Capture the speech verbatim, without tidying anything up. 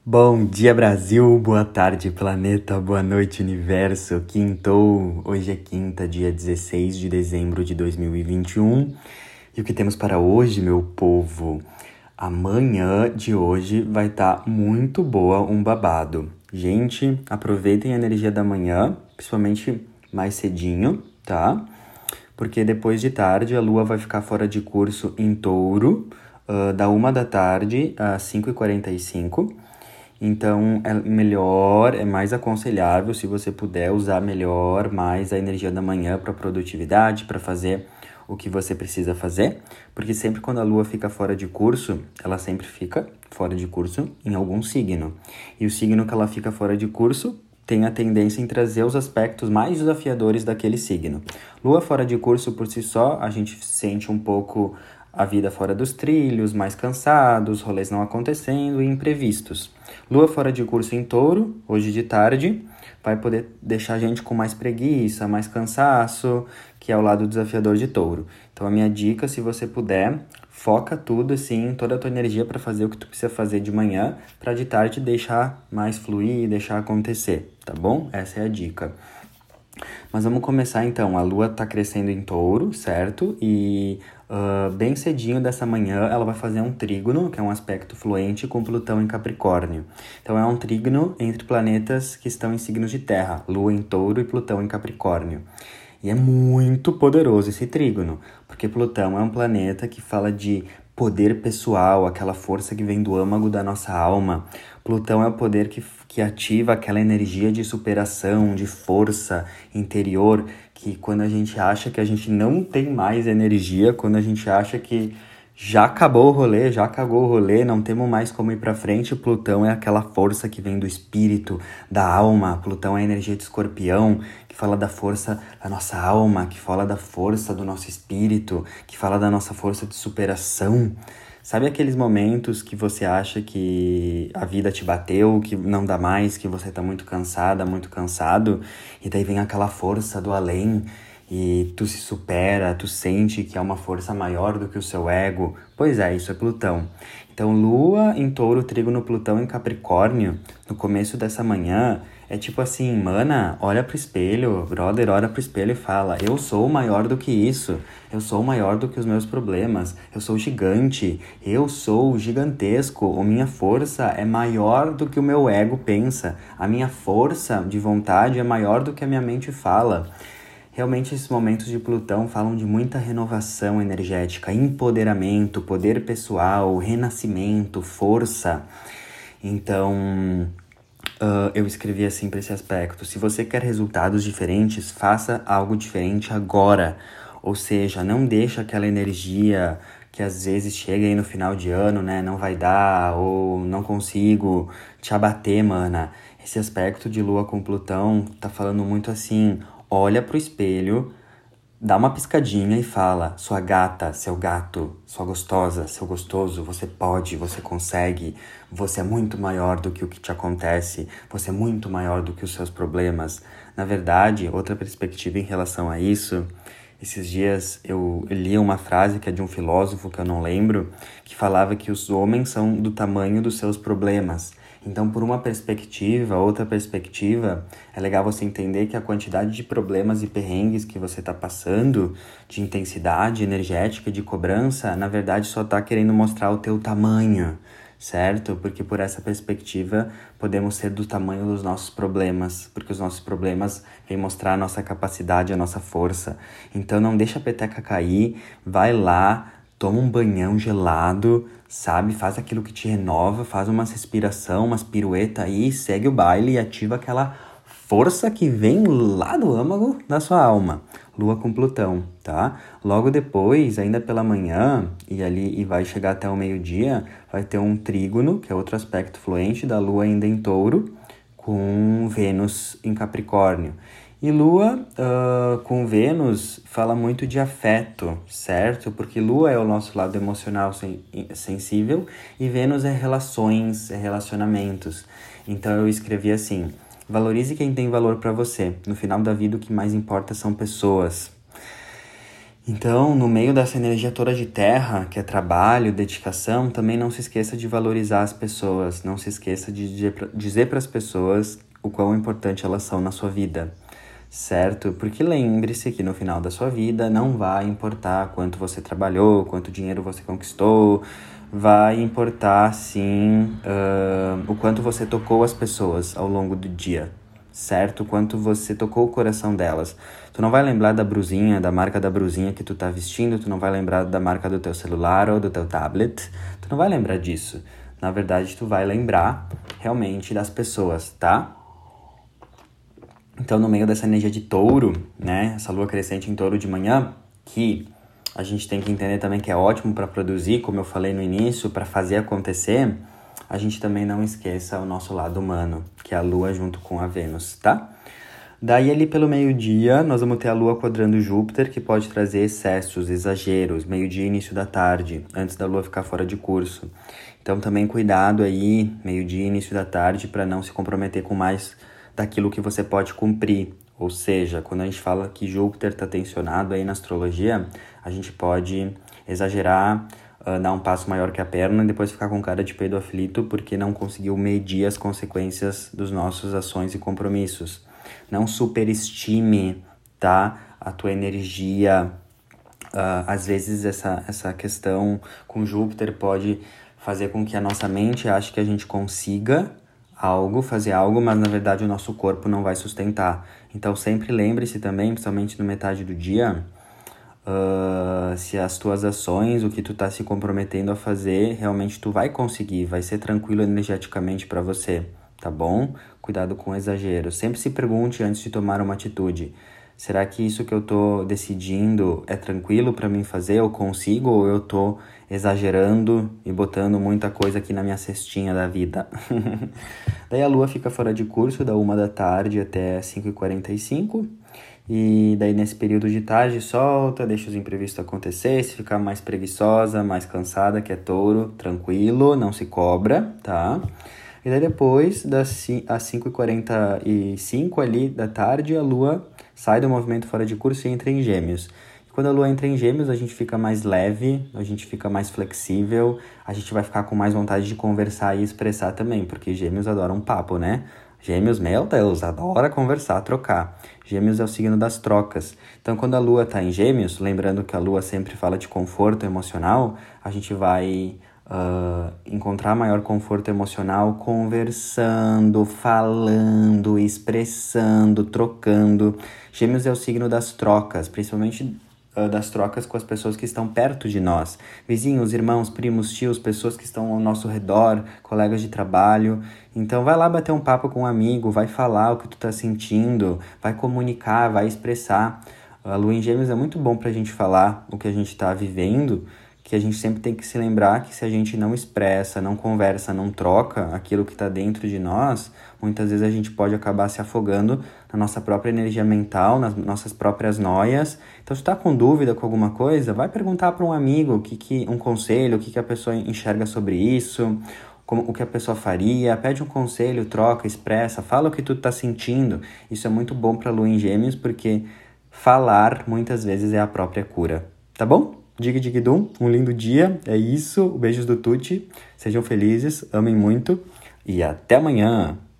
Bom dia, Brasil! Boa tarde, planeta! Boa noite, universo! Quintou! Hoje é quinta, dia dezesseis de dezembro de dois mil e vinte e um. E o que temos para hoje, meu povo? Amanhã de hoje vai estar tá muito boa, um babado. Gente, aproveitem a energia da manhã, principalmente mais cedinho, tá? Porque depois de tarde a lua vai ficar fora de curso em Touro, uh, da uma da tarde às cinco e quarenta e cinco. Então, é melhor, é mais aconselhável, se você puder, usar melhor mais a energia da manhã para produtividade, para fazer o que você precisa fazer, porque sempre quando a lua fica fora de curso, ela sempre fica fora de curso em algum signo. E o signo que ela fica fora de curso tem a tendência em trazer os aspectos mais desafiadores daquele signo. Lua fora de curso por si só, a gente sente um pouco a vida fora dos trilhos, mais cansados, rolês não acontecendo e imprevistos. Lua fora de curso em Touro, hoje de tarde, vai poder deixar a gente com mais preguiça, mais cansaço, que é o lado desafiador de Touro. Então a minha dica, se você puder, foca tudo assim, toda a tua energia para fazer o que tu precisa fazer de manhã, para de tarde deixar mais fluir, deixar acontecer, tá bom? Essa é a dica. Mas vamos começar então, a lua tá crescendo em Touro, certo? E uh, bem cedinho dessa manhã ela vai fazer um trígono, que é um aspecto fluente com Plutão em Capricórnio. Então é um trígono entre planetas que estão em signos de terra, lua em Touro e Plutão em Capricórnio. E é muito poderoso esse trígono, porque Plutão é um planeta que fala de poder pessoal, aquela força que vem do âmago da nossa alma. Plutão é o poder que, que ativa aquela energia de superação, de força interior, que quando a gente acha que a gente não tem mais energia, quando a gente acha que já acabou o rolê, já cagou o rolê, não temos mais como ir pra frente, Plutão é aquela força que vem do espírito, da alma. Plutão é a energia de Escorpião, que fala da força da nossa alma, que fala da força do nosso espírito, que fala da nossa força de superação. Sabe aqueles momentos que você acha que a vida te bateu, que não dá mais, que você tá muito cansada, muito cansado, e daí vem aquela força do além, e tu se supera, tu sente que é uma força maior do que o seu ego. Pois é, isso é Plutão. Então, Lua em Touro, Trígono, Plutão em Capricórnio, no começo dessa manhã, é tipo assim, mana, olha pro espelho, brother, olha pro espelho e fala, eu sou maior do que isso, eu sou maior do que os meus problemas, eu sou gigante, eu sou gigantesco, a minha força é maior do que o meu ego pensa, a minha força de vontade é maior do que a minha mente fala. Realmente esses momentos de Plutão falam de muita renovação energética, empoderamento, poder pessoal, renascimento, força. Então, uh, eu escrevi assim para esse aspecto. Se você quer resultados diferentes, faça algo diferente agora. Ou seja, não deixa aquela energia que às vezes chega aí no final de ano, né? Não vai dar, ou não consigo te abater, mana. Esse aspecto de Lua com Plutão tá falando muito assim... Olha pro espelho, dá uma piscadinha e fala, sua gata, seu gato, sua gostosa, seu gostoso, você pode, você consegue, você é muito maior do que o que te acontece, você é muito maior do que os seus problemas. Na verdade, outra perspectiva em relação a isso, esses dias eu li uma frase que é de um filósofo que eu não lembro, que falava que os homens são do tamanho dos seus problemas. Então, por uma perspectiva, outra perspectiva, é legal você entender que a quantidade de problemas e perrengues que você está passando, de intensidade energética, de cobrança, na verdade só está querendo mostrar o teu tamanho, certo? Porque por essa perspectiva, podemos ser do tamanho dos nossos problemas, porque os nossos problemas vêm mostrar a nossa capacidade, a nossa força. Então, não deixa a peteca cair, vai lá, toma um banhão gelado, sabe? Faz aquilo que te renova, faz uma respiração, umas piruetas aí, segue o baile e ativa aquela força que vem lá do âmago da sua alma. Lua com Plutão, tá? Logo depois, ainda pela manhã, e ali e vai chegar até o meio-dia, vai ter um trígono, que é outro aspecto fluente da Lua ainda em Touro, com Vênus em Capricórnio. E Lua uh, com Vênus fala muito de afeto, certo? Porque Lua é o nosso lado emocional sen- sensível e Vênus é relações, é relacionamentos. Então eu escrevi assim, valorize quem tem valor para você. No final da vida o que mais importa são pessoas. Então, no meio dessa energia toda de terra, que é trabalho, dedicação, também não se esqueça de valorizar as pessoas, não se esqueça de dizer para as pessoas o quão importante elas são na sua vida, certo? Porque lembre-se que no final da sua vida não vai importar quanto você trabalhou, quanto dinheiro você conquistou, vai importar sim uh, o quanto você tocou as pessoas ao longo do dia, certo? O quanto você tocou o coração delas. Tu não vai lembrar da brusinha, da marca da brusinha que tu tá vestindo, tu não vai lembrar da marca do teu celular ou do teu tablet, tu não vai lembrar disso. Na verdade, tu vai lembrar realmente das pessoas, tá? Então, no meio dessa energia de touro, né, essa lua crescente em touro de manhã, que a gente tem que entender também que é ótimo para produzir, como eu falei no início, para fazer acontecer, a gente também não esqueça o nosso lado humano, que é a lua junto com a Vênus, tá? Daí, ali pelo meio-dia, nós vamos ter a lua quadrando Júpiter, que pode trazer excessos, exageros, meio-dia e início da tarde, antes da lua ficar fora de curso. Então, também cuidado aí, meio-dia e início da tarde, para não se comprometer com mais daquilo que você pode cumprir. Ou seja, quando a gente fala que Júpiter está tensionado aí na astrologia, a gente pode exagerar, uh, dar um passo maior que a perna e depois ficar com cara de peido aflito porque não conseguiu medir as consequências dos nossos ações e compromissos. Não superestime, tá, a tua energia. Uh, às vezes essa, essa questão com Júpiter pode fazer com que a nossa mente ache que a gente consiga algo, fazer algo, mas na verdade o nosso corpo não vai sustentar. Então sempre lembre-se também, principalmente no metade do dia, uh, se as tuas ações, o que tu tá se comprometendo a fazer, realmente tu vai conseguir, vai ser tranquilo energeticamente para você, tá bom? Cuidado com o exagero. Sempre se pergunte antes de tomar uma atitude: será que isso que eu tô decidindo é tranquilo para mim fazer? Eu consigo ou eu tô exagerando e botando muita coisa aqui na minha cestinha da vida? Daí a lua fica fora de curso da uma da tarde até cinco e quarenta e cinco. E daí nesse período de tarde solta, deixa os imprevistos acontecer. Se ficar mais preguiçosa, mais cansada, que é touro, tranquilo, não se cobra, tá? E daí depois, das às cinco e quarenta e cinco ali da tarde, a lua sai do movimento fora de curso e entra em Gêmeos. E quando a lua entra em Gêmeos, a gente fica mais leve, a gente fica mais flexível, a gente vai ficar com mais vontade de conversar e expressar também, porque Gêmeos adoram um papo, né? Gêmeos, meu Deus, adora conversar, trocar. Gêmeos é o signo das trocas. Então, quando a lua está em Gêmeos, lembrando que a lua sempre fala de conforto emocional, a gente vai uh, encontrar maior conforto emocional conversando, falando, expressando, trocando. Gêmeos é o signo das trocas, principalmente das trocas com as pessoas que estão perto de nós. Vizinhos, irmãos, primos, tios, pessoas que estão ao nosso redor, colegas de trabalho. Então vai lá bater um papo com um amigo, vai falar o que tu tá sentindo, vai comunicar, vai expressar. A lua em Gêmeos é muito bom pra gente falar o que a gente tá vivendo, que a gente sempre tem que se lembrar que se a gente não expressa, não conversa, não troca aquilo que está dentro de nós, muitas vezes a gente pode acabar se afogando na nossa própria energia mental, nas nossas próprias noias. Então, se tu tá com dúvida com alguma coisa, vai perguntar para um amigo o que, que, um conselho, o que, que a pessoa enxerga sobre isso, como, o que a pessoa faria, pede um conselho, troca, expressa, fala o que tu tá sentindo. Isso é muito bom para a lua em Gêmeos, porque falar muitas vezes é a própria cura, tá bom? Dig dig dum, um lindo dia, é isso, beijos do Tuti, sejam felizes, amem muito e até amanhã!